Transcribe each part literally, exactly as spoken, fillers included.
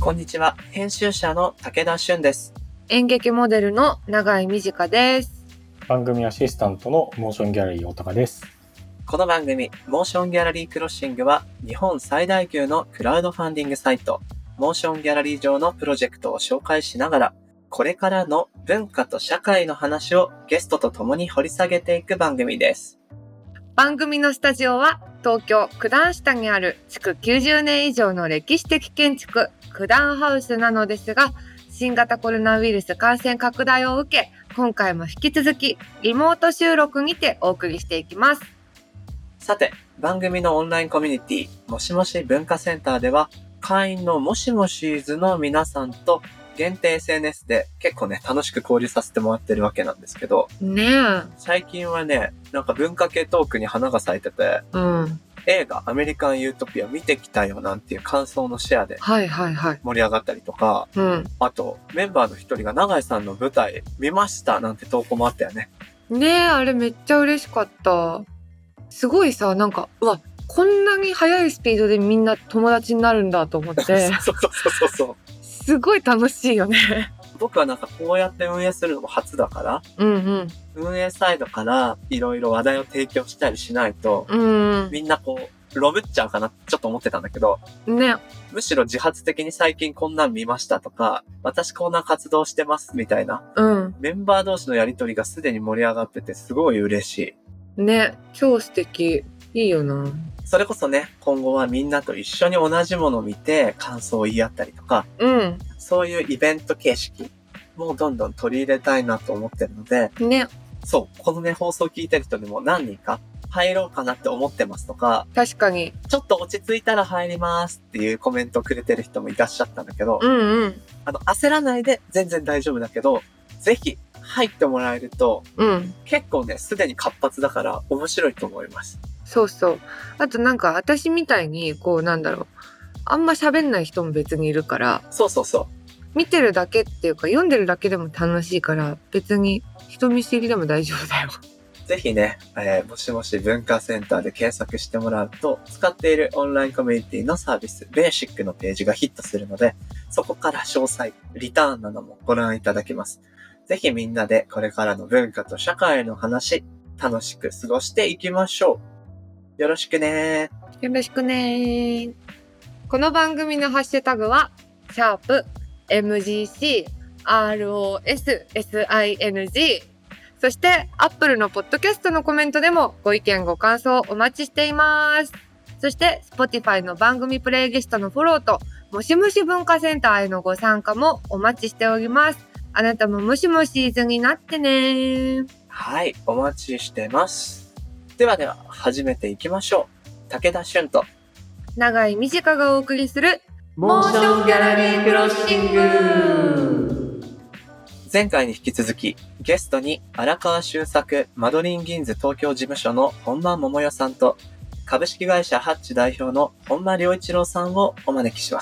こんにちは。編集者の武田俊です。 演劇モデルの永井美智香です。 番組アシスタントのモーションギャラリー大高です。 この番組、モーションギャラリークロッシングは、日本最大級のクラウドファンディングサイト、モーションギャラリー上のプロジェクトを紹介しながら、これからの文化と社会の話をゲストと共に掘り下げていく番組です。 番組のスタジオは、東京九段下にある築きゅうじゅうねん以上の歴史的建築、九段ハウスなのですが、新型コロナウイルス感染拡大を受け、今回も引き続きリモート収録にてお送りしていきます。 さて、番組のオンラインコミュニティ、もしもし文化センターでは、会員のもしもしーずの皆さんと限定 エスエヌエス で結構ね、楽しく交流させてもらってるわけなんですけど、 ねえ。 最近はね、なんか文化系トークに花が咲いてて、 うん。 映画アメリカンユートピア見てきたよなんていう感想のシェアではいはいはい。 盛り上がったりとか、 うん。 あとメンバーの一人が永井さんの舞台見ましたなんて投稿もあったよね。 ねえ、あれめっちゃ嬉しかった。すごいさ、なんか、うわ、こんなに速いスピードでみんな友達になるんだと思って、 そうそうそうそうそう。 すごい楽しいよね。 僕はなんかこうやって運営するのも初だから、 うんうん。 運営サイドからいろいろ話題を提供したりしないと、 うんみんなこう、ロブっちゃうかなってちょっと思ってたんだけど、 ね。 むしろ自発的に最近こんなん見ましたとか、私こんな活動してますみたいな、 うん。 メンバー同士のやりとりがすでに盛り上がっててすごい嬉しい。 ね。超素敵。いいよな。 それこそね、今後はみんなと一緒に同じものを見て感想を言い合ったりとか、 うん。 そういうイベント形式もどんどん取り入れたいなと思ってるので、 ね。 そう、このね、放送聞いてる人でも何人か入ろうかなって思ってますとか、 確かに。 ちょっと落ち着いたら入りますっていうコメントをくれてる人もいらっしゃったんだけど、 うんうん。 あの、焦らないで全然大丈夫だけど、ぜひ入ってもらえると、 うん。 結構ね、すでに活発だから面白いと思います。 そうそう。あとなんか私みたいに、こうなんだろう。あんま喋んない人も別にいるから、 そうそうそう。 見てるだけっていうか読んでるだけでも楽しいから、別に人見知りでも大丈夫だよ。 ぜひね、えー、もしもし文化センターで検索してもらうと、使っているオンラインコミュニティのサービス、ベーシックのページがヒットするので、そこから詳細、リターンなどもご覧いただけます。ぜひみんなでこれからの文化と社会の話、楽しく過ごしていきましょう。よろしくねー。よろしくねー。この番組のハッシュタグは、シャープ エムジーシー アールオーエス エスアイエヌジー。そして、Apple のポッドキャストのコメントでもご意見ご感想お待ちしています。そして、Spotify の番組プレイリストのフォローと、もしもし文化センターへのご参加もお待ちしております。あなたももしもしーずになってね。 はい、お待ちしてます。ではでは、始めていきましょう。武田俊と永井美智香がお送りするモーションギャラリークロッシング。前回に引き続き、ゲストに荒川修作マドリンギンズ東京事務所の本間桃代さんと、株式会社ハッチ代表の本間良一郎さんをお招きします。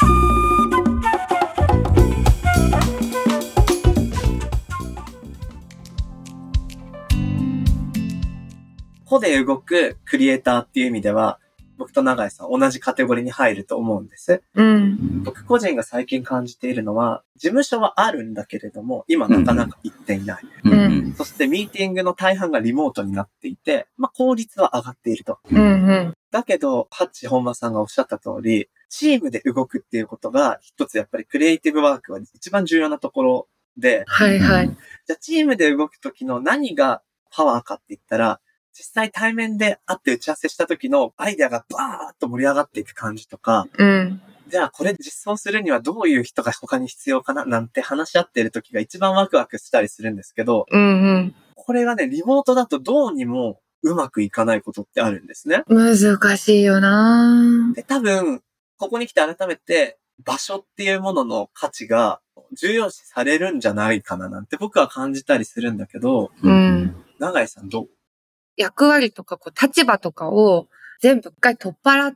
個で動くクリエイターっていう意味では、僕と永井さん同じカテゴリーに入ると思うんです。 うん、 僕個人が最近感じているのは、事務所はあるんだけれども、今なかなか行っていない。 うん、 そしてミーティングの大半がリモートになっていて、まあ効率は上がっていると。 うんうん、 だけど、ハッチ本間さんがおっしゃった通り、チームで動くっていうことが、一つやっぱりクリエイティブワークは一番重要なところで、 はいはい。 じゃあチームで動くときの何がパワーかって言ったら、実際対面で会って打ち合わせした時のアイデアがバーッと盛り上がっていく感じとか、 うん、 じゃあこれ実装するにはどういう人が他に必要かななんて話し合っている時が一番ワクワクしたりするんですけど、 うんうん、 これがね、リモートだとどうにもうまくいかないことってあるんですね。 難しいよな。 で、多分、ここに来て改めて場所っていうものの価値が重要視されるんじゃないかななんて僕は感じたりするんだけど、 うん、 永井さんどう？ 役割とかこう立場とかを全部一回取っ払って、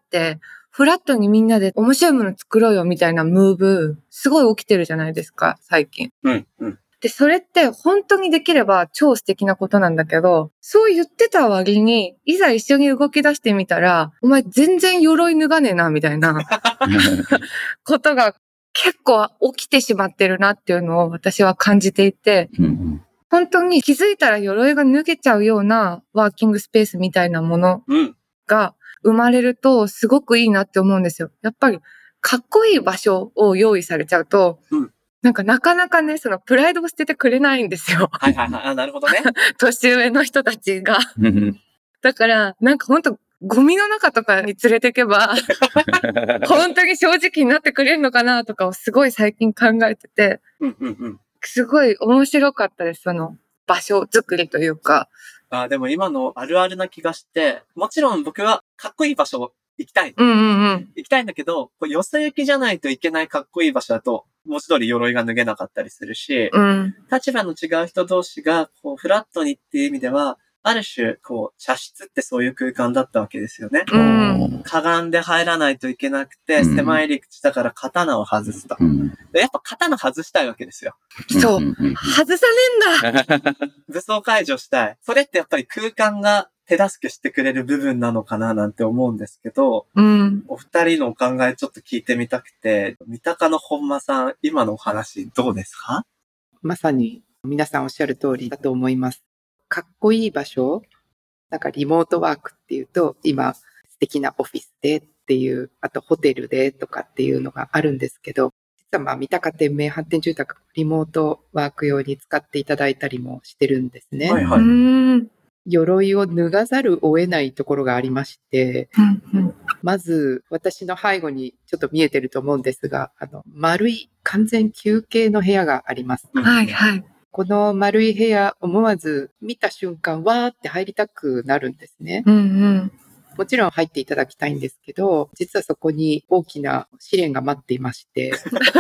フラットにみんなで面白いもの作ろうよみたいなムーブ、すごい起きてるじゃないですか、最近。 うんうん。 で、それって本当にできれば超素敵なことなんだけど、そう言ってた割に、いざ一緒に動き出してみたら、お前全然鎧脱がねえな、みたいなことが結構起きてしまってるなっていうのを私は感じていて、 うんうん、 本当に気づいたら鎧が脱げちゃうようなワーキングスペースみたいなものが生まれるとすごくいいなって思うんですよ。やっぱりかっこいい場所を用意されちゃうと、うん、なんかなかなかね、そのプライドを捨ててくれないんですよ。 はいはいはい。あ、なるほどね。 年上の人たちが。だから、なんか本当ゴミの中とかに連れてけば、本当に正直になってくれるのかなとかをすごい最近考えてて、うんうんうん、すごい面白かったです、その場所作りというか。 あ、でも今のあるあるな気がして、もちろん僕はかっこいい場所行きたい。 うんうんうん。 行きたいんだけど、こうよそ行きじゃないといけないかっこいい場所だと、文字通り鎧が脱げなかったりするし、うん、立場の違う人同士が、こう、フラットにっていう意味では、ある種、こう、茶室ってそういう空間だったわけですよね。うん、かがんで入らないといけなくて、うん、狭い入り口だから刀を外すと、うん。でやっぱ刀外したいわけですよ。 そう。外さねえんだ武装解除したい。それってやっぱり空間が手助けしてくれる部分なのかななんて思うんですけど、うん、お二人のお考えちょっと聞いてみたくて、三鷹の本間さん、今のお話どうですか？ まさに皆さんおっしゃる通りだと思います。かっこいい場所、なんかリモートワークっていうと、今素敵なオフィスでっていう、あとホテルでとかっていうのがあるんですけど、実はまあ三鷹店名発展住宅、リモートワーク用に使っていただいたりもしてるんですね。はいはい。鎧を脱がざるを得ないところがありまして、うんうん、まず私の背後にちょっと見えてると思うんですが、あの丸い完全休憩の部屋があります。 はいはい。 この丸い部屋、思わず見た瞬間、わーって入りたくなるんですね。 うんうん、 もちろん入っていただきたいんですけど、実はそこに大きな試練が待っていまして、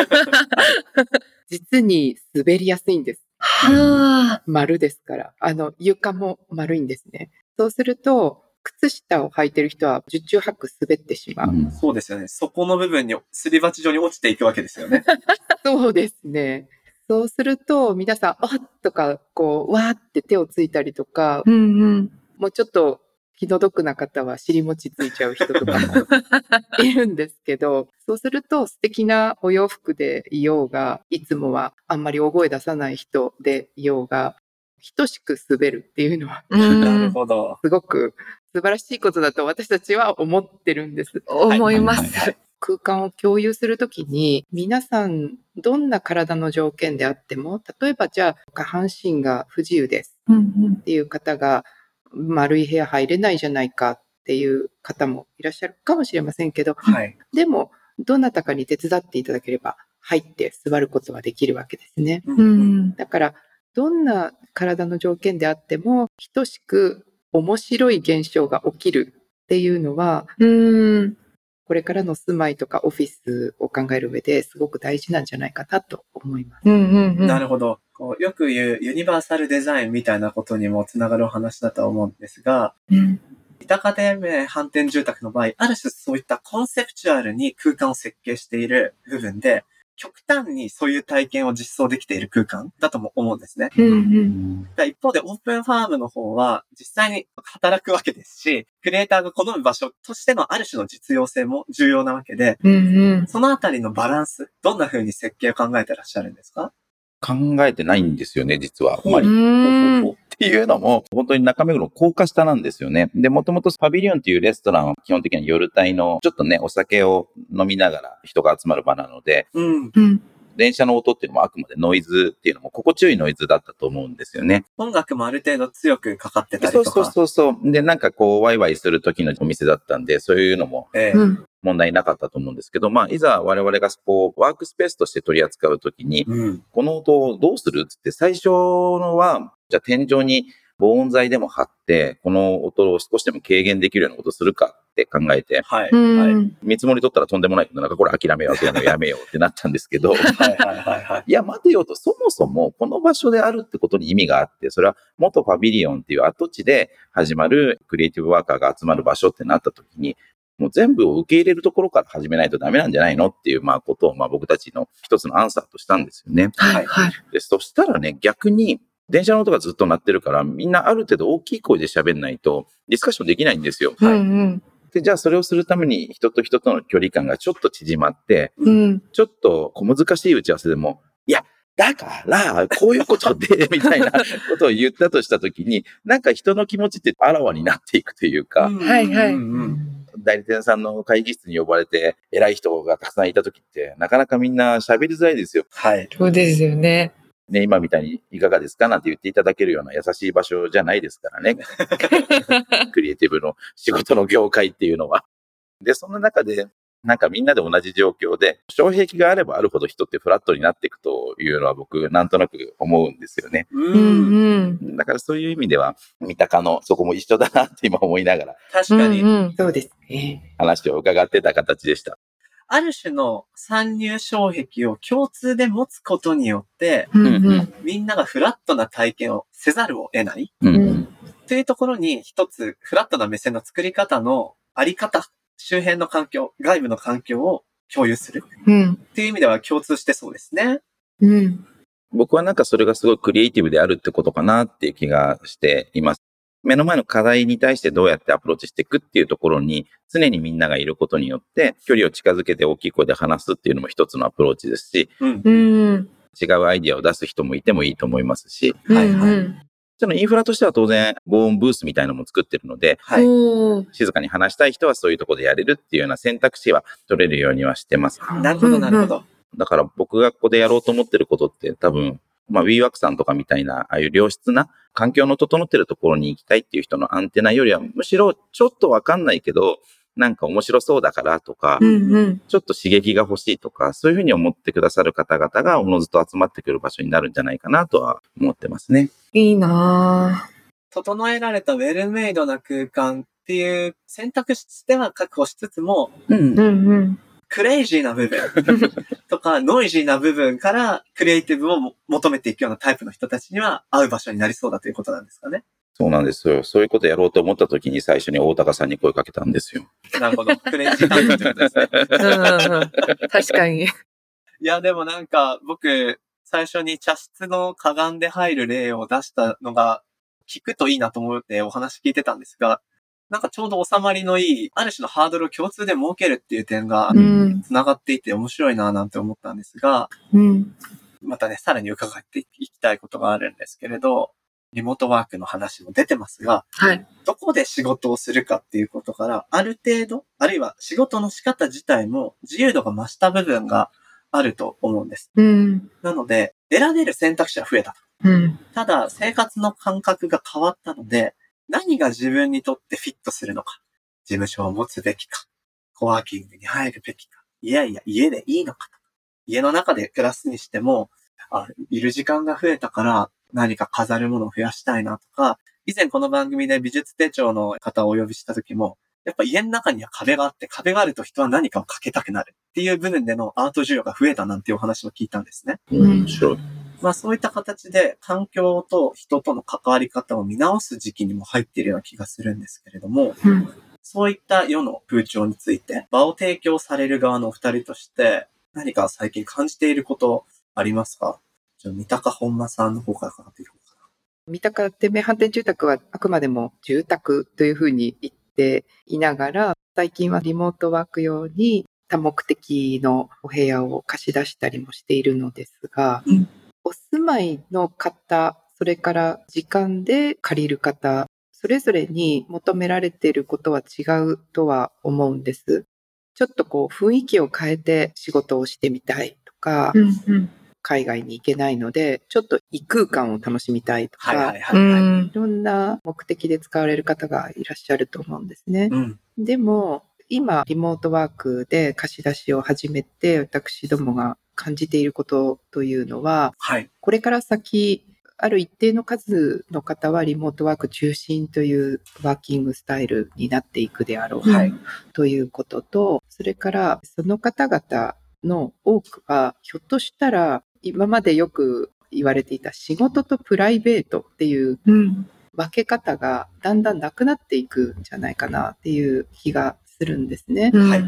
実に滑りやすいんです。 は丸ですから。あの、床も丸いんですね。そうすると、靴下を履いてる人は十中八九滑ってしまう、うん。 そうですよね。そこの部分にすり鉢状に落ちていくわけですよね。 そうですね。そうすると、皆さん、あっとか、こう、わーって手をついたりとか、 うんうん、 もうちょっと気の毒な方は尻餅ついちゃう人とかもいるんですけど、そうすると素敵なお洋服でいようが、いつもはあんまり大声出さない人でいようが、等しく滑るっていうのは、 なるほど。 すごく素晴らしいことだと私たちは思ってるんです。 思います。はいはいはい、 空間を共有するときに、皆さんどんな体の条件であっても、例えばじゃあ下半身が不自由ですっていう方が、丸い部屋入れないじゃないかっていう方もいらっしゃるかもしれませんけど、はい、でもどなたかに手伝っていただければ入って座ることはできるわけですね。 うん、 だからどんな体の条件であっても等しく面白い現象が起きるっていうのは、 うんこれからの住まいとかオフィスを考える上ですごく大事なんじゃないかなと思います。 うんうんうん、 なるほど。こうよく言うユニバーサルデザインみたいなことにもつながるお話だと思うんですが、うん、三鷹店名反転住宅の場合、ある種そういったコンセプチュアルに空間を設計している部分で、極端にそういう体験を実装できている空間だとも思うんですね。 うんうん、 一方でオープンファームの方は実際に働くわけですし、クリエイターが好む場所としてのある種の実用性も重要なわけで、 うんうん、 そのあたりのバランス、どんな風に設計を考えてらっしゃるんですか？ 考えてないんですよね、実は。あまり。っていうのも、本当に中目黒の高架下なんですよね。で、もともとパビリオンっていうレストランは基本的には夜帯の、ちょっとね、お酒を飲みながら人が集まる場なので、 うんうん、 電車の音っていうのもあくまでノイズっていうのも心地よいノイズだったと思うんですよね。 音楽もある程度強くかかってたりとか。 そうそうそうそう。で、なんかこう、ワイワイする時のお店だったんで、そういうのも、 ええうん問題なかったと思うんですけど、まあ、いざ我々がこう、ワークスペースとして取り扱うときに、 うん、 この音をどうするってって最初のは、じゃあ天井に防音材でも貼って、この音を少しでも軽減できるようなことをするかって考えて、 はい、はい。 見積もり取ったらとんでもないけど、なんかこれ諦めよう、諦めよう、やめようってなったんですけど、はいはいはいはい。 いや、待てよと、そもそもこの場所であるってことに意味があって、それは元パビリオンっていう跡地で始まるクリエイティブワーカーが集まる場所ってなったときに、もう全部を受け入れるところから始めないとダメなんじゃないのっていう、まあ、ことを、まあ、僕たちの一つのアンサーとしたんですよね。 はい、はい。 で、そしたらね、逆に、電車の音がずっと鳴ってるから、みんなある程度大きい声で喋んないと、ディスカッションできないんですよ。 はい。うんうん、 で、じゃあそれをするために人と人との距離感がちょっと縮まって、 うん。 ちょっと小難しい打ち合わせでも、いや、だから、こういうことで、みたいなことを言ったとしたときに、なんか人の気持ちってあらわになっていくというか、 はいはいうんうん代理店さんの会議室に呼ばれて、偉い人がたくさんいたときって、なかなかみんな喋りづらいですよ。 はい。 そうですよね。 ね、今みたいにいかがですかなんて言っていただけるような優しい場所じゃないですからね。クリエイティブの仕事の業界っていうのは。で、そんな中で、なんかみんなで同じ状況で、障壁があればあるほど人ってフラットになっていくというのは僕、なんとなく思うんですよね。 う。 うんんだからそういう意味では、三鷹のそこも一緒だなって今思いながらうん。 確かに、 うんうん。 そうですね。 話を伺ってた形でした。 ある種の参入障壁を共通で持つことによって、 うんうん。 みんながフラットな体験をせざるを得ないうんうんというところに一つフラットな目線の作り方のあり方、周辺の環境、外部の環境を共有するうんっていう意味では共通してそうですね。 うん。 僕はなんかそれがすごいクリエイティブであるってことかなっていう気がしています。目の前の課題に対してどうやってアプローチしていくっていうところに常にみんながいることによって距離を近づけて大きい声で話すっていうのも一つのアプローチですし、 うん。 うん。 違うアイディアを出す人もいてもいいと思いますし、 はいはいうんそのインフラとしては当然防音ブースみたいなのも作ってるので、 はい。 おー静かに話したい人はそういうところでやれるっていうような選択肢は取れるようにはしてます。 なるほどなるほど。 だから僕がここでやろうと思ってることって多分、まあ WeWork さんとかみたいな、ああいう良質な環境の整ってるところに行きたいっていう人のアンテナよりはむしろちょっとわかんないけど、なんか面白そうだからとか、 うんうん。 ちょっと刺激が欲しいとか、そういうふうに思ってくださる方々がおのずと集まってくる場所になるんじゃないかなとは思ってますね。 いいな整えられたウェルメイドな空間っていう選択肢では確保しつつも、 うんぁ。うんうん。 クレイジーな部分とかノイジーな部分からクリエイティブをも求めていくようなタイプの人たちには合う場所になりそうだということなんですかね。 そうなんですよ。そういうことやろうと思った時に最初に大高さんに声かけたんですよ。 なるほど。クレイジー担当ということですね。 うんうんうん。確かに。 いや、でもなんか僕、最初に茶室のかがんで入る例を出したのが聞くといいなと思ってお話聞いてたんですが、なんかちょうど収まりのいい、ある種のハードルを共通で設けるっていう点がうん。 繋がっていて面白いななんて思ったんですが、 うん。 またね、さらに伺っていきたいことがあるんですけれど、リモートワークの話も出てますが、 はい。 どこで仕事をするかっていうことから、ある程度、あるいは仕事の仕方自体も自由度が増した部分があると思うんです。 うん。 なので、選べる選択肢は増えたと。 うん。 ただ、生活の感覚が変わったので、何が自分にとってフィットするのか、事務所を持つべきか、コワーキングに入るべきか、いやいや、家でいいのかと。家の中で暮らすにしても、あ、いる時間が増えたから何か飾るものを増やしたいなとか、以前この番組で美術手帳の方をお呼びした時も、やっぱ家の中には壁があって、壁があると人は何かをかけたくなるっていう部分でのアート需要が増えたなんていうお話を聞いたんですね。 うん面白い。 まあそういった形で環境と人との関わり方を見直す時期にも入っているような気がするんですけれども、 うん。 そういった世の風潮について場を提供される側のお二人として何か最近感じていることありますか？じゃあ三鷹本間さんの方から伺っていこうか三鷹天命反転住宅はあくまでも住宅というふうに言っていながら、最近はリモートワーク用に多目的のお部屋を貸し出したりもしているのですが、 うんお住まいの方、それから時間で借りる方、それぞれに求められていることは違うとは思うんです。ちょっとこう雰囲気を変えて仕事をしてみたいとか、 うんうん。 海外に行けないので、ちょっと異空間を楽しみたいとか、 な。はいはいうはいはい。 ん。 いろんな目的で使われる方がいらっしゃると思うんですね。 うん。 でも、今、リモートワークで貸し出しを始めて、私どもが感じていることというのは、 はい。 これから先、ある一定の数の方はリモートワーク中心というワーキングスタイルになっていくであろうはい。 ということと、それからその方々の多くは、ひょっとしたら今までよく言われていた仕事とプライベートっていううん。 分け方がだんだんなくなっていくんじゃないかなっていう気がするんですね。 うん。 はい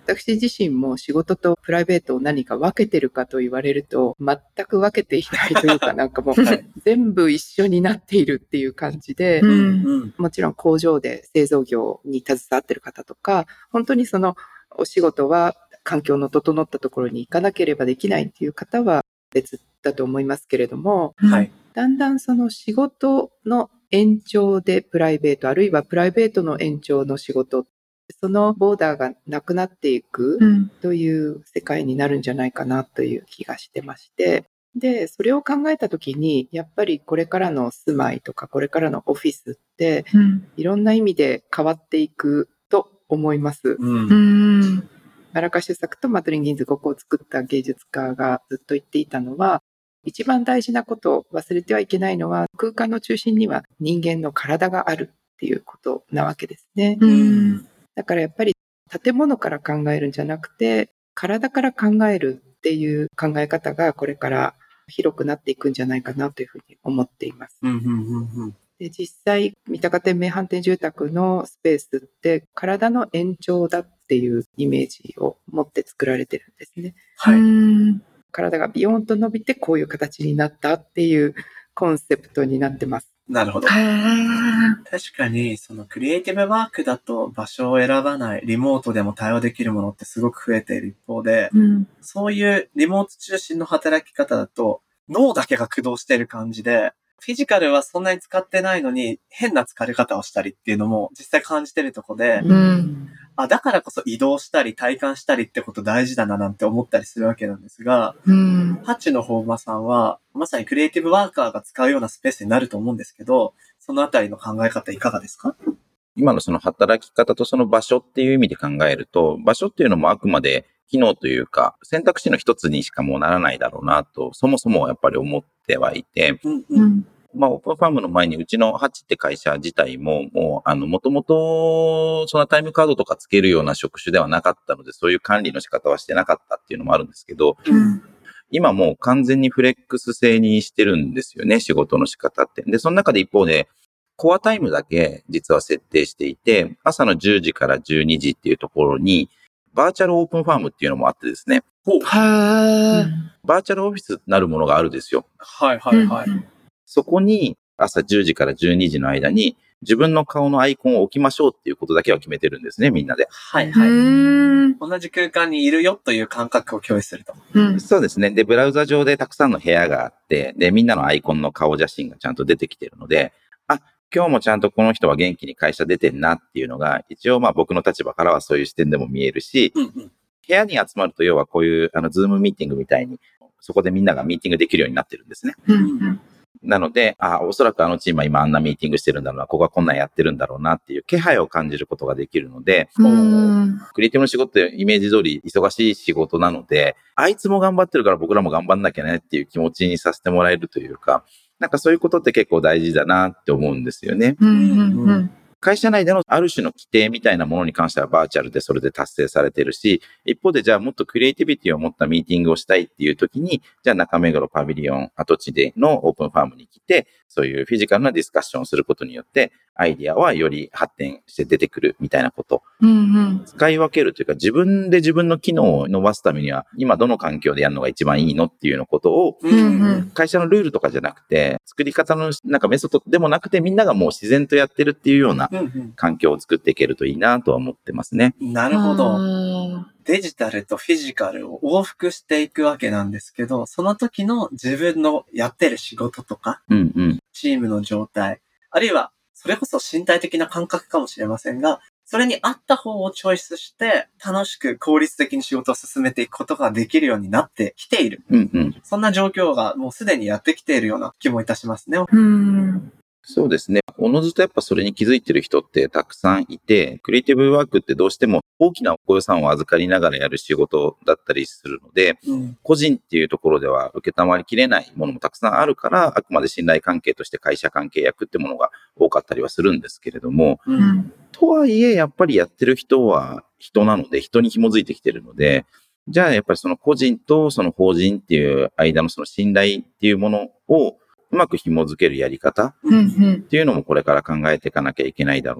私自身も仕事とプライベートを何か分けてるかと言われると、全く分けていないというか、なんかもう全部一緒になっているっていう感じで、 うんうんもちろん工場で製造業に携わってる方とか、本当にそのお仕事は環境の整ったところに行かなければできないっていう方は別だと思いますけれども、 はい。 だんだんその仕事の延長でプライベート、あるいはプライベートの延長の仕事、そのボーダーがなくなっていくうんという世界になるんじゃないかなという気がしてまして、で、それを考えたときに、やっぱりこれからの住まいとか、これからのオフィスって、 うんいろんな意味で変わっていくと思います。 うんうんマラカシュ作とマトリンギンズここを作った芸術家がずっと言っていたのは、一番大事なことを忘れてはいけないのは、空間の中心には人間の体があるっていうことなわけですね。 うんだからやっぱり建物から考えるんじゃなくて、体から考えるっていう考え方がこれから広くなっていくんじゃないかなというふうに思っています。 うんうんうんうんで、実際、三鷹店名阪店住宅のスペースって体の延長だっていうイメージを持って作られてるんですね。 はい。 うん体がビヨーンと伸びてこういう形になったっていうコンセプトになってます。 なるほど。 へー確かに、そのクリエイティブワークだと場所を選ばない、リモートでも対応できるものってすごく増えている一方で、 うんそういうリモート中心の働き方だと、脳だけが駆動している感じで、フィジカルはそんなに使ってないのに、変な疲れ方をしたりっていうのも実際感じてるとこで、 んあ、だからこそ移動したり体感したりってこと大事だななんて思ったりするわけなんですが、 うんハッチのホーマさんは、まさにクリエイティブワーカーが使うようなスペースになると思うんですけど、そのあたりの考え方いかがですか？ 今のその働き方とその場所っていう意味で考えると、場所っていうのもあくまで機能というか選択肢の一つにしかもうならないだろうなと、そもそもやっぱり思ってはいて、 うんううん。 んまあオープンファームの前にうちのハッチって会社自体ももうあのもともとそんなタイムカードとかつけるような職種ではなかったので、そういう管理の仕方はしてなかったっていうのもあるんですけど、 うん今もう完全にフレックス制にしてるんですよね、仕事の仕方って。で、その中で一方で、コアタイムだけ実は設定していて、朝のじゅうじからじゅうにじっていうところに、バーチャルオープンファームっていうのもあってですね、 へーバーチャルオフィスなるものがあるんですよ。 はいはいはい。 そこに朝じゅうじからじゅうにじの間に自分の顔のアイコンを置きましょうっていうことだけは決めてるんですね、みんなで。 はいはい。 うん同じ空間にいるよという感覚を共有すると。 うんそうですね。で、ブラウザ上でたくさんの部屋があって、で、みんなのアイコンの顔写真がちゃんと出てきてるので、あ、今日もちゃんとこの人は元気に会社出てんなっていうのが、一応まあ僕の立場からはそういう視点でも見えるし、 うんうん。 部屋に集まると要はこういうあのズームミーティングみたいに、そこでみんながミーティングできるようになってるんですね。 うんなので、あ、おそらくあのチームは今あんなミーティングしてるんだろうな、ここはこんなんやってるんだろうなっていう気配を感じることができるので、 うんクリエイティブの仕事ってイメージ通り忙しい仕事なので、あいつも頑張ってるから僕らも頑張んなきゃねっていう気持ちにさせてもらえるというか、なんかそういうことって結構大事だなって思うんですよね。 うんうん会社内でのある種の規定みたいなものに関してはバーチャルでそれで達成されてるし、一方でじゃあもっとクリエイティビティを持ったミーティングをしたいっていう時に、じゃあ中目黒パビリオン跡地でのオープンファームに来て、そういうフィジカルなディスカッションをすることによって、アイディアはより発展して出てくるみたいなこと。 うん使い分けるというか、自分で自分の機能を伸ばすためには、今どの環境でやるのが一番いいのっていうのことを、 うんうんうん会社のルールとかじゃなくて、作り方のなんかメソッドでもなくて、みんながもう自然とやってるっていうようなうん環境を作っていけるといいなとは思ってますね。 うん。なるほど。 ど。 デジタルとフィジカルを往復していくわけなんですけど、その時の自分のやってる仕事とか、 うんうん。 チームの状態、あるいはそれこそ身体的な感覚かもしれませんが、それに合った方をチョイスして、楽しく効率的に仕事を進めていくことができるようになってきている。 うんうん。 そんな状況がもうすでにやってきているような気もいたしますね。 うんそうですね。おのずとやっぱそれに気づいてる人ってたくさんいて、クリエイティブワークってどうしても大きなご予算を預かりながらやる仕事だったりするので、 うん。 個人っていうところでは受けたまりきれないものもたくさんあるから、あくまで信頼関係として会社関係役ってものが多かったりはするんですけれども、 う。 うんんとはいえやっぱりやってる人は人なので、人に紐づいてきてるので、じゃあやっぱりその個人とその法人っていう間のその信頼っていうものをうまく紐づけるやり方うんうんっていうのもこれから考えていかなきゃいけないだろうなっ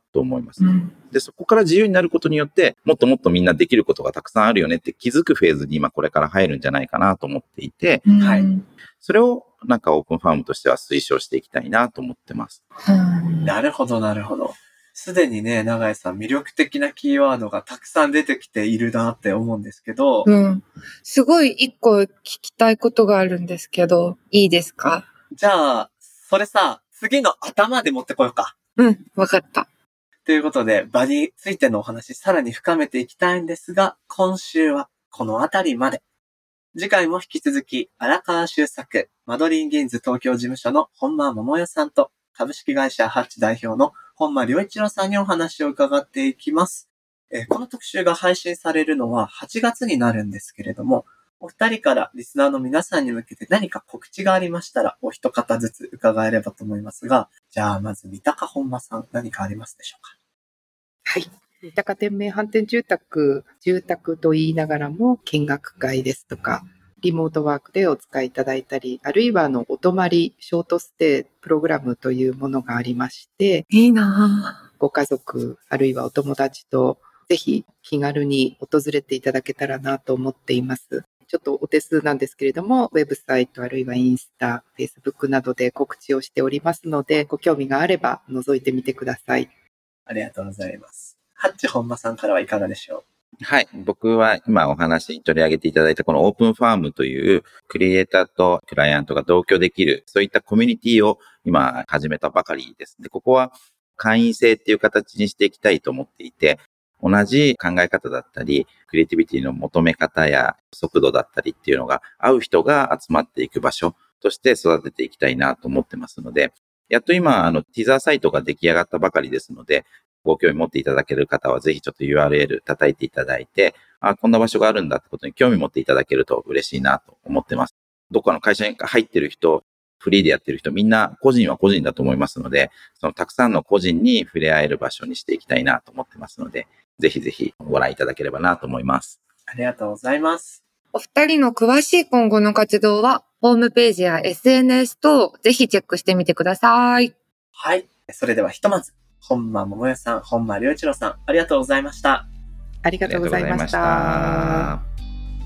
と思います。 うん。 で、そこから自由になることによって、もっともっとみんなできることがたくさんあるよねって気づくフェーズに今これから入るんじゃないかなと思っていて、 はいうん。 それをなんかオープンファームとしては推奨していきたいなと思ってます。 うんなるほど、なるほど。すでにね、永井さん、魅力的なキーワードがたくさん出てきているなって思うんですけど、 うん。すごい一個聞きたいことがあるんですけど、いいですか？ じゃあ、それさ、次の頭で持ってこようか。 うん、わかった。 ということで、場についてのお話、さらに深めていきたいんですが、今週はこのあたりまで。次回も引き続き、荒川修作、マドリンギンズ東京事務所の本間桃代さんと、株式会社ハッチ代表の本間良一郎さんにお話を伺っていきます。えーこの特集が配信されるのははちがつになるんですけれども、お二人からリスナーの皆さんに向けて何か告知がありましたら、お一方ずつ伺えればと思いますが、じゃあまず三鷹本間さん、何かありますでしょうか？ はい。三鷹店名反転住宅、住宅と言いながらも見学会ですとか、リモートワークでお使いいただいたり、あるいはあのお泊まりショートステイプログラムというものがありまして、 いいなご家族あるいはお友達とぜひ気軽に訪れていただけたらなと思っています。ちょっとお手数なんですけれども、ウェブサイトあるいはインスタ、フェイスブックなどで告知をしておりますので、ご興味があれば覗いてみてください。 ありがとうございます。ハッチ本間さんからはいかがでしょはい。僕は今お話に取り上げていただいたこのオープンファームというクリエイターとクライアントが同居できる、そういったコミュニティを今始めたばかりです。で、ここは会員制っていう形にしていきたいと思っていて、同じ考え方だったり、クリエイティビティの求め方や速度だったりっていうのが合う人が集まっていく場所として育てていきたいなと思ってますので、やっと今、あの、ティザーサイトが出来上がったばかりですので、ご興味持っていただける方はぜひちょっと ユーアールエル 叩いていただいて、あ、こんな場所があるんだってことに興味持っていただけると嬉しいなと思ってます。どっかの会社に入ってる人、フリーでやってる人、みんな個人は個人だと思いますので、そのたくさんの個人に触れ合える場所にしていきたいなと思ってますので、ぜひぜひご覧いただければなと思います。 う？ありがとうございます。 お二人の詳しい今後の活動は、ホームページや エスエヌエス とぜひチェックしてみてください。 はい。それではひとまず、本間桃代さん、本間良一郎さん、ありがとうございました。 ありがとうございました。 ありがとうございました。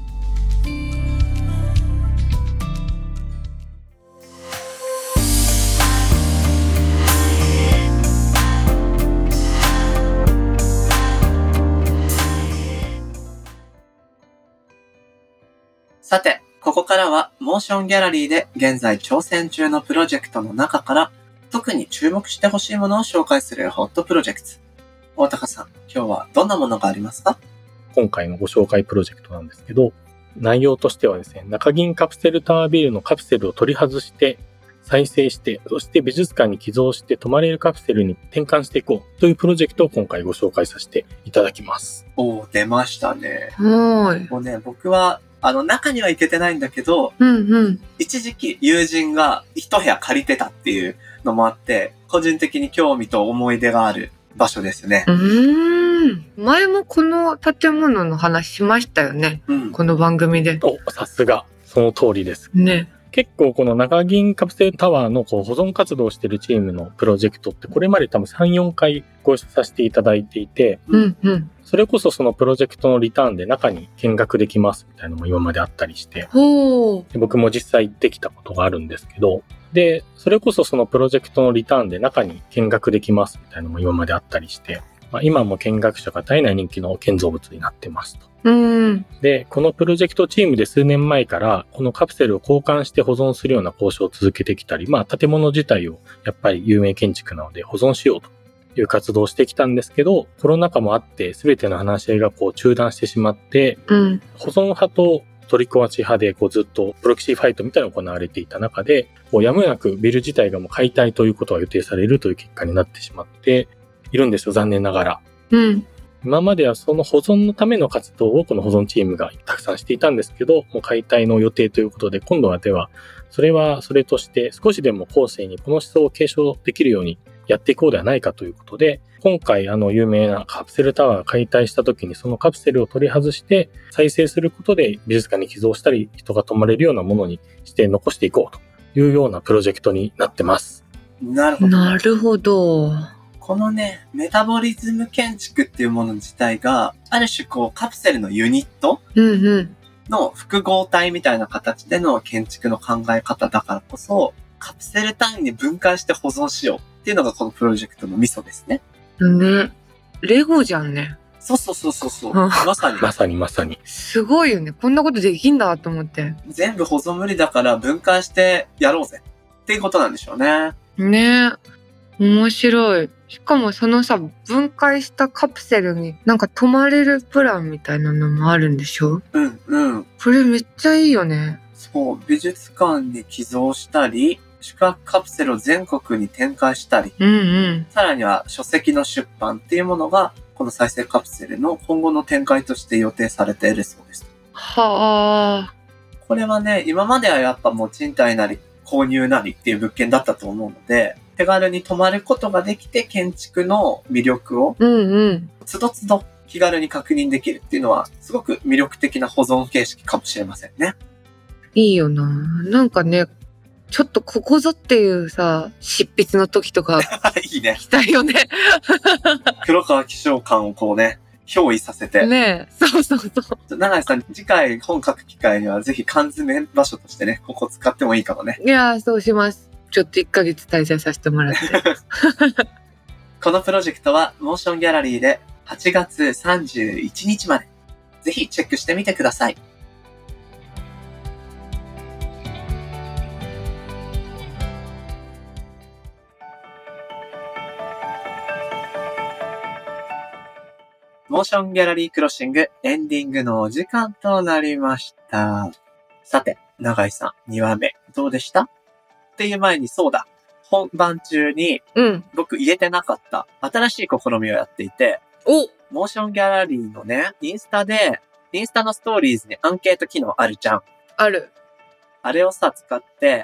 さて、ここからは、モーションギャラリーで現在挑戦中のプロジェクトの中から、特に注目してほしいものを紹介するホットプロジェクト。大高さん、今日はどんなものがありますか？ 今回のご紹介プロジェクトなんですけど、内容としてはですね、中銀カプセルタワービルのカプセルを取り外して、再生して、そして美術館に寄贈して泊まれるカプセルに転換していこうというプロジェクトを今回ご紹介させていただきます。 おー、出ましたね。 はーい。 もうね、僕は、あの、中には行けてないんだけど、 うんうん。 一時期友人が一部屋借りてたっていうのもあって、個人的に興味と思い出がある場所ですね。 うーん。前もこの建物の話しましたよね。 うん。 この番組で。 お、さすが、その通りです。 ね。 結構この中銀カプセルタワーのこう保存活動をしているチームのプロジェクトってこれまで多分さん、よんかいご一緒させていただいていて、 うんうん。 それこそそのプロジェクトのリターンで中に見学できますみたいなのも今まであったりして、 ほう。 で僕も実際行ってきたことがあるんですけど、で、それこそそのプロジェクトのリターンで中に見学できますみたいなのも今まであったりして、まあ、今も見学者が絶えない人気の建造物になってますと。 うん。 で、このプロジェクトチームで数年前からこのカプセルを交換して保存するような交渉を続けてきたり、まあ建物自体をやっぱり有名建築なので保存しようという活動をしてきたんですけど、コロナ禍もあって全ての話し合いがこう中断してしまって、 うん。 保存派と取り壊し派でこうずっとプロキシーファイトみたいなのが行われていた中で、こうやむなくビル自体がもう解体ということが予定されるという結果になってしまっているんですよ、残念ながら。 うん。 今まではその保存のための活動をこの保存チームがたくさんしていたんですけど、もう解体の予定ということで、今度はでは、それはそれとして少しでも後世にこの思想を継承できるようにやっていこうではないかということで、今回あの有名なカプセルタワーが解体した時にそのカプセルを取り外して再生することで美術館に寄贈したり人が泊まれるようなものにして残していこうというようなプロジェクトになってます。 なるほど。 なるほど。 このね、メタボリズム建築っていうもの自体が、ある種こうカプセルのユニットうんうん。 の複合体みたいな形での建築の考え方だからこそ、カプセル単位に分解して保存しようっていうのがこのプロジェクトのミソですね。 ね。レゴじゃんね。 そうそうそうそうそう。 うんまさに。 まさにまさに。 すごいよね。こんなことできんだと思って。 全部保存無理だから分解してやろうぜっていうことなんでしょうね。 ね。面白い。しかもそのさ、分解したカプセルになんか泊まれるプランみたいなのもあるんでしょ？ うんうん。 これめっちゃいいよね。 そう、美術館に寄贈したり、宿泊カプセルを全国に展開したり、 うんうん。 さらには書籍の出版っていうものが、この再生カプセルの今後の展開として予定されているそうです。 はあ。 これはね、今まではやっぱもう賃貸なり購入なりっていう物件だったと思うので、手軽に泊まることができて建築の魅力をうんうん。 つどつど気軽に確認できるっていうのは、すごく魅力的な保存形式かもしれませんね。 いいよな。なんかね、ちょっとここぞっていうさ、執筆の時とかいいね。 来たよね。 黒川紀章館をこうね、憑依させて。 ねえ。そうそうそう。 永井さん、次回本書く機会にはぜひ缶詰場所としてね、ここ使ってもいいかもね。 いやー、そうします。ちょっといっかげつ滞在させてもらって。 このプロジェクトはモーションギャラリーではちがつさんじゅういちにちまで。ぜひチェックしてみてください。モーションギャラリークロッシングエンディングのお時間となりました。さて、永井さん、にわめどうでしたっていう前にそうだ。本番中にうん。 僕入れてなかった新しい試みをやっていて、 おモーションギャラリーのね、インスタで、インスタのストーリーズにアンケート機能あるじゃん。 ある。 あれをさ、使って、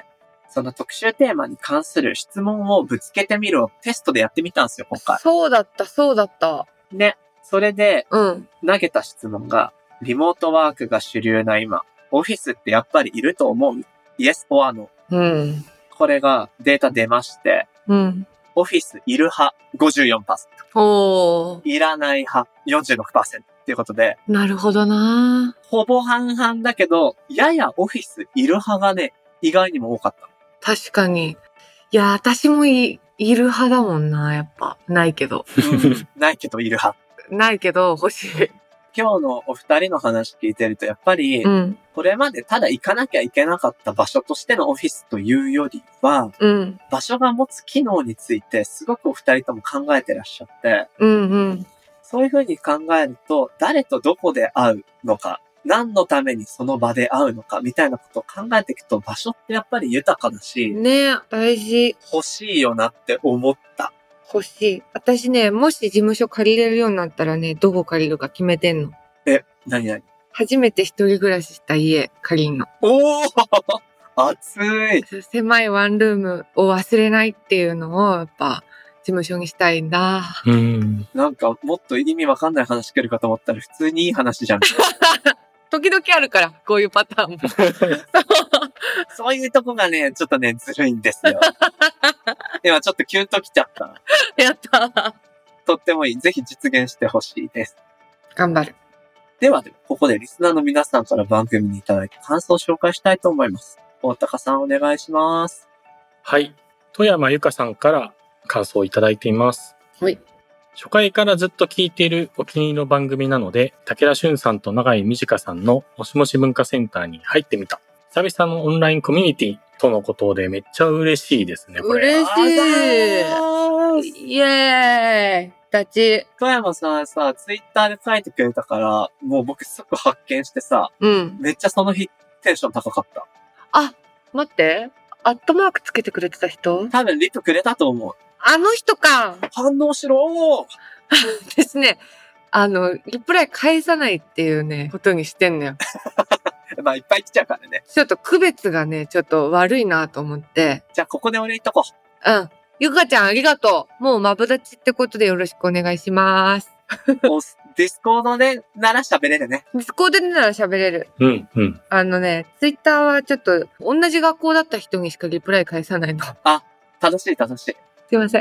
その特集テーマに関する質問をぶつけてみるをテストでやってみたんですよ、今回。 そうだった、そうだった。 ね。それで、 うん。 投げた質問が、リモートワークが主流な今、オフィスってやっぱりいると思う？ Yes or No。 うん。 これがデータ出まして、 うん。 オフィスいる派 ごじゅうよんパーセント。 おー。 いらない派 よんじゅうろくパーセント。っていうことで、 なるほどな。 ほぼ半々だけど、ややオフィスいる派がね、意外にも多かった。 確かに。いや、私もい、いる派だもんな、やっぱ。ないけど。 うんないけどいる派。 ないけど、欲しい。 今日のお二人の話聞いてると、やっぱり、 うん。 これまでただ行かなきゃいけなかった場所としてのオフィスというよりは、 うん。 場所が持つ機能についてすごくお二人とも考えてらっしゃって、 うんうん。 そういうふうに考えると、誰とどこで会うのか、何のためにその場で会うのか、みたいなことを考えていくと、場所ってやっぱり豊かだし、 ねえ、大事。 欲しいよなって思った。 欲しい。私ね、もし事務所借りれるようになったらね、どこ借りるか決めてんの。 え、なになに？ 初めて一人暮らしした家借りんの。 おー熱い。 狭いワンルームを忘れないっていうのを、やっぱ、事務所にしたいんだ。 うん。 なんかもっと意味わかんない話来るかと思ったら普通にいい話じゃん。 時々あるから、こういうパターンも。 そういうとこがね、ちょっとね、ずるいんですよ。今ちょっとキュンときちゃった。 やったとってもいい。ぜひ実現してほしいです。 頑張る。 ではでは、ここでリスナーの皆さんから番組にいただいた感想を紹介したいと思います。大高さんお願いします。 はい。富山由香さんから感想をいただいています。 はい。 初回からずっと聞いているお気に入りの番組なので、武田俊さんと永井美智香さんのもしもし文化センターに入ってみた。久々のオンラインコミュニティとのことでめっちゃ嬉しいですね、これ。 嬉しい。イエーイ。立ち。 富山さんさ、ツイッターで書いてくれたから、もう僕すぐ発見してさ、 うん。 めっちゃその日テンション高かった。 あ、待って。アットマークつけてくれてた人？ 多分リプくれたと思う。 あの人か。 反応しろーですね。あの、リプライ返さないっていうね、ことにしてんのよ。 まあいっぱい来ちゃうからね。 ちょっと区別がね、ちょっと悪いなと思って。 じゃあここで俺言っとこう。 うん。ゆかちゃんありがとう。もうマブダチってことでよろしくお願いします。 おディスコードでなら喋れるね。 ディスコードでなら喋れる。 うん、うん。 あのね、ツイッターはちょっと同じ学校だった人にしかリプライ返さないの。 正しい正しい。 すいません。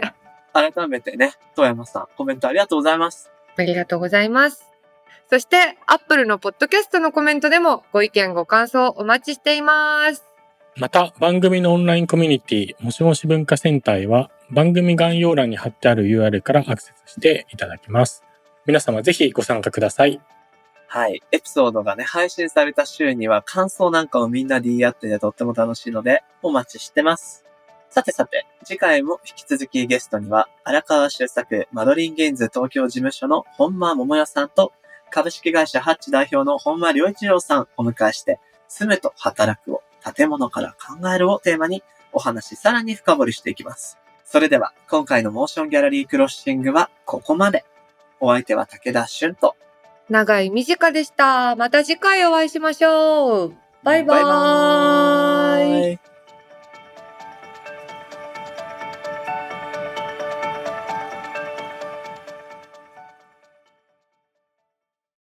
改めてね、遠山さん、コメントありがとうございます。 ありがとうございます。そして、Apple のポッドキャストのコメントでもご意見ご感想お待ちしています。 また、番組のオンラインコミュニティ、もしもし文化センターへは、番組概要欄に貼ってある ユーアール からアクセスしていただけます。皆様ぜひご参加ください。 はい。エピソードがね、配信された週には感想なんかをみんなで言い合ってね、とっても楽しいので、お待ちしてます。さてさて、次回も引き続きゲストには、荒川修作マドリンゲインズ東京事務所の本間桃代さんと、株式会社ハッチ代表の本間良一郎さんをお迎えして、住むと働くを建物から考えるをテーマにお話さらに深掘りしていきます。それでは今回のモーションギャラリークロッシングはここまで。お相手は武田俊と長井美智香でした。また次回お会いしましょう。バイバーイ。 バイバーイ。